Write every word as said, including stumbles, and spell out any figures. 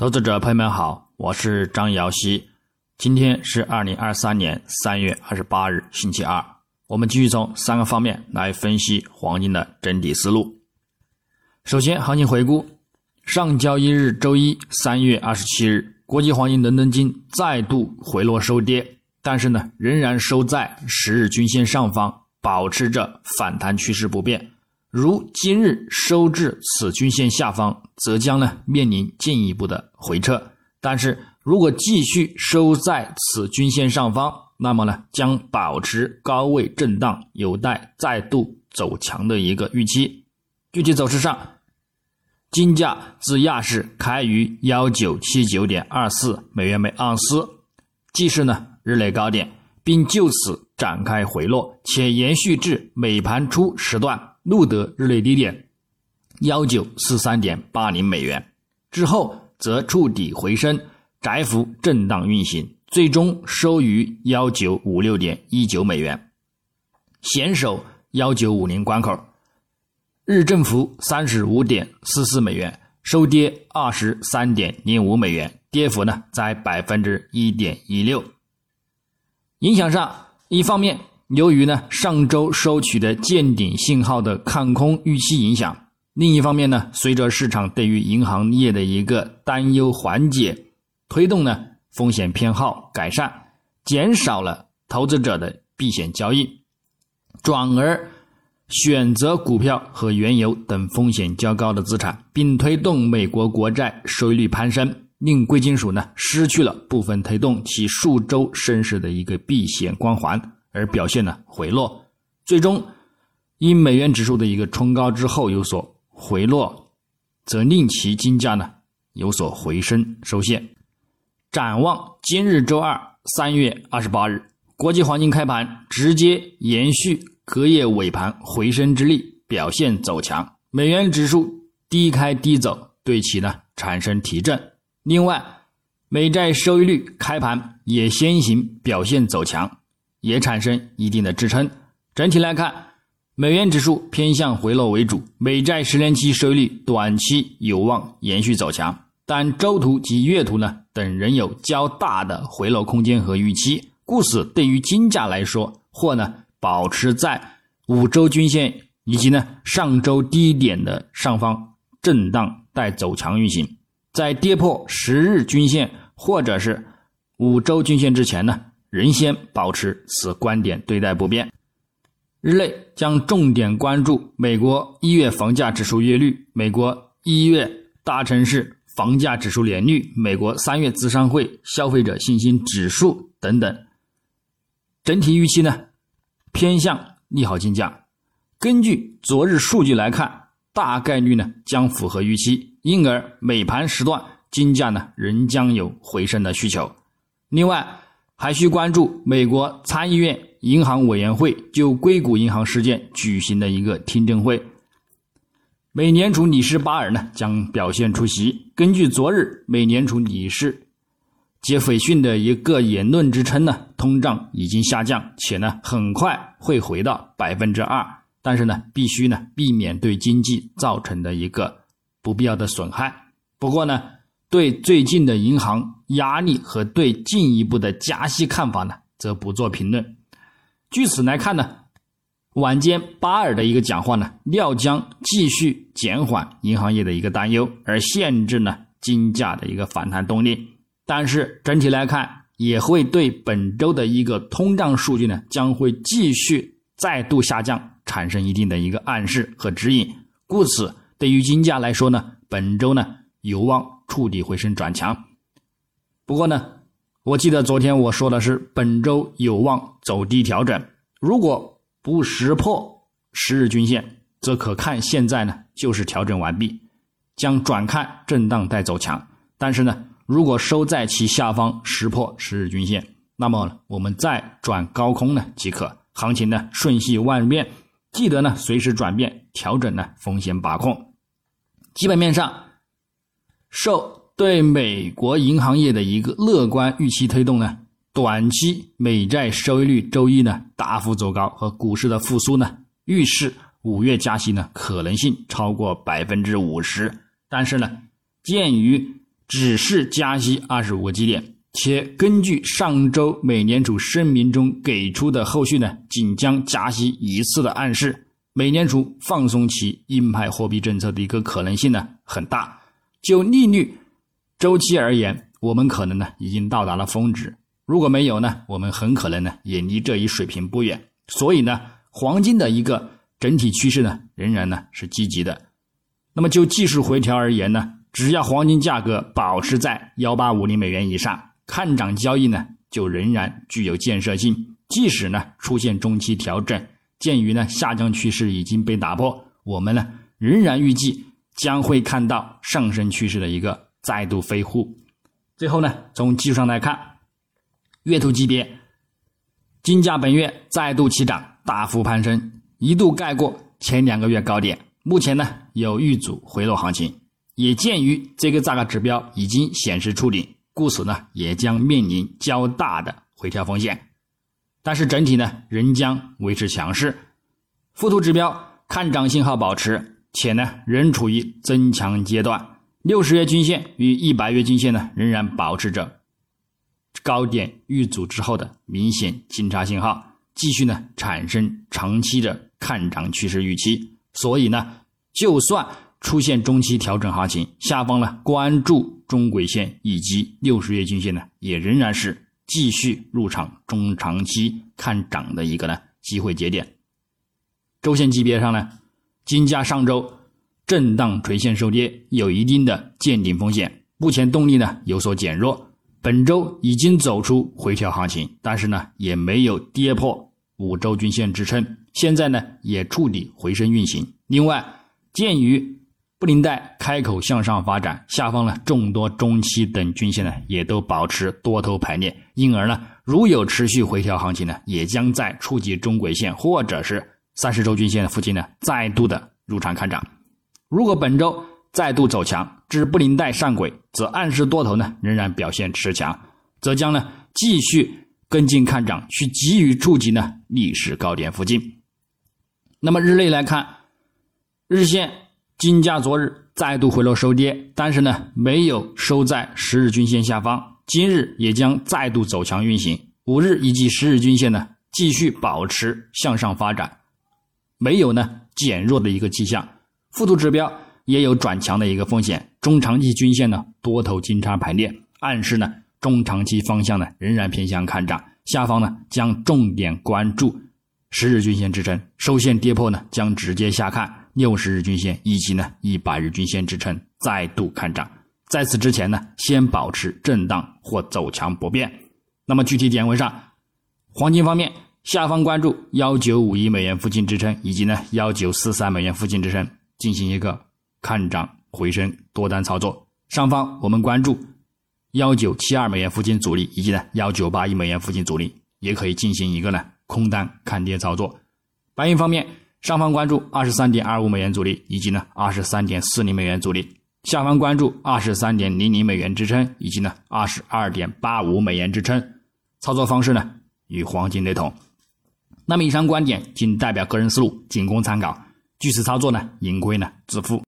投资者朋友们好，我是张瑶希。今天是二零二三年三月二十八日星期二，我们继续从三个方面来分析黄金的整体思路。首先，行情回顾，上交易日周一三月二十七日，国际黄金伦敦金再度回落收跌，但是呢，仍然收在十日均线上方，保持着反弹趋势不变。如今日收至此均线下方，则将呢面临进一步的回撤，但是如果继续收在此均线上方，那么呢将保持高位震荡，有待再度走强的一个预期。具体走势上，金价自亚市开于一九七九点二四美元每盎司，既是呢日内高点，并就此展开回落，且延续至美盘初时段录得日内低点一九四三点八零美元，之后则触底回升，窄幅震荡运行，最终收于一九五六点一九美元，险守一九五零关口，日振幅 三十五点四四美元，收跌 二十三点零五美元，跌幅呢在 百分之一点一六。 影响上，一方面由于呢上周收取的见顶信号的看空预期影响，另一方面呢，随着市场对于银行业的一个担忧缓解，推动呢风险偏好改善，减少了投资者的避险交易，转而选择股票和原油等风险较高的资产，并推动美国国债收益率攀升，令贵金属呢失去了部分推动其数周升势的一个避险光环，而表现呢回落，最终因美元指数的一个冲高之后有所回落，则令其金价呢有所回升收线。展望今日周二三月二十八日，国际黄金开盘直接延续隔夜尾盘回升之力，表现走强，美元指数低开低走，对其呢产生提振。另外，美债收益率开盘也先行表现走强，也产生一定的支撑。整体来看，美元指数偏向回落为主，美债十年期收益率短期有望延续走强，但周图及月图呢等仍有较大的回落空间和预期，故此对于金价来说，或呢保持在五周均线以及呢上周低点的上方震荡带走强运行，在跌破十日均线或者是五周均线之前呢，仍先保持此观点对待不变。日内将重点关注美国一月房价指数月率、美国一月大城市房价指数年率、美国三月资商会消费者信心指数等等。整体预期呢偏向利好金价，根据昨日数据来看，大概率呢将符合预期，因而美盘时段金价呢仍将有回升的需求。另外，还需关注美国参议院银行委员会就硅谷银行事件举行的一个听证会，美联储理事巴尔呢将表现出席。根据昨日美联储理事杰斐逊的一个言论支撑呢，通胀已经下降，且呢很快会回到 百分之二， 但是呢必须呢避免对经济造成的一个不必要的损害。不过呢，对最近的银行压力和对进一步的加息看法呢则不做评论。据此来看呢，晚间巴尔的一个讲话呢，料将继续减缓银行业的一个担忧，而限制呢金价的一个反弹动力。但是整体来看，也会对本周的一个通胀数据呢将会继续再度下降产生一定的一个暗示和指引。故此对于金价来说呢，本周呢有望触底回升转强。不过呢，我记得昨天我说的是本周有望走低调整，如果不识破十日均线，则可看现在呢就是调整完毕，将转看震荡带走强。但是呢，如果收在其下方识破十日均线，那么我们再转高空呢即可，行情呢瞬息万变，记得呢随时转变调整呢风险把控。基本面上，受对美国银行业的一个乐观预期推动呢，短期美债收益率周一呢大幅走高，和股市的复苏呢预示五月加息呢可能性超过 百分之五十。 但是呢，鉴于只是加息二十五个基点，且根据上周美联储声明中给出的后续呢仅将加息一次的暗示，美联储放松其鹰派货币政策的一个可能性呢很大。就利率周期而言，我们可能呢已经到达了峰值，如果没有呢，我们很可能呢也离这一水平不远。所以呢，黄金的一个整体趋势呢仍然呢是积极的。那么就技术回调而言呢，只要黄金价格保持在一八五零美元以上，看涨交易呢就仍然具有建设性。即使呢出现中期调整，鉴于呢下降趋势已经被打破，我们呢仍然预计将会看到上升趋势的一个再度飞护。最后呢，从技术上来看，月图级别金价本月再度起涨，大幅攀升，一度盖过前两个月高点，目前呢有遇阻回落行情，也鉴于这个价格指标已经显示触顶，故此呢也将面临较大的回调风险，但是整体呢仍将维持强势。附图指标看涨信号保持，且呢仍处于增强阶段，六十月均线与一百月均线呢仍然保持着高点遇阻之后的明显金叉信号，继续呢产生长期的看涨趋势预期。所以呢，就算出现中期调整行情，下方呢关注中轨线以及六十月均线呢，也仍然是继续入场中长期看涨的一个呢机会节点。周线级别上呢，金价上周震荡垂线收跌，有一定的见顶风险，目前动力呢有所减弱，本周已经走出回调行情，但是呢也没有跌破五周均线支撑，现在呢也触底回升运行。另外，鉴于布林带开口向上发展，下方呢众多中期等均线呢也都保持多头排列，因而呢如有持续回调行情呢，也将在触及中轨线或者是三十周均线的附近呢再度的入场看涨。如果本周再度走强至布林带上轨，则暗示多头呢仍然表现持强，则将呢继续跟进看涨，去急于触及呢历史高点附近。那么日内来看，日线金价昨日再度回落收跌，但是呢没有收在十日均线下方，今日也将再度走强运行，五日以及十日均线呢继续保持向上发展，没有呢减弱的一个迹象。附图指标也有转强的一个风险，中长期均线呢多头金叉排列，暗示呢中长期方向呢仍然偏向看涨，下方呢将重点关注十日均线支撑，收线跌破呢将直接下看六十日均线以及呢一百日均线支撑，再度看涨。在此之前呢先保持震荡或走强不变。那么具体点位上，黄金方面，下方关注一九五一美元附近支撑以及呢一九四三美元附近支撑，进行一个看涨回升多单操作。上方我们关注一九七二美元附近阻力以及呢一九八一美元附近阻力，也可以进行一个呢空单看跌操作。白银方面，上方关注 二十三点二五美元阻力以及呢 二十三点四零美元阻力，下方关注 二十三点零零美元支撑以及呢 二十二点八五美元支撑。操作方式呢与黄金雷同。那么以上观点仅代表个人思路，仅供参考，据此操作呢盈亏呢自负。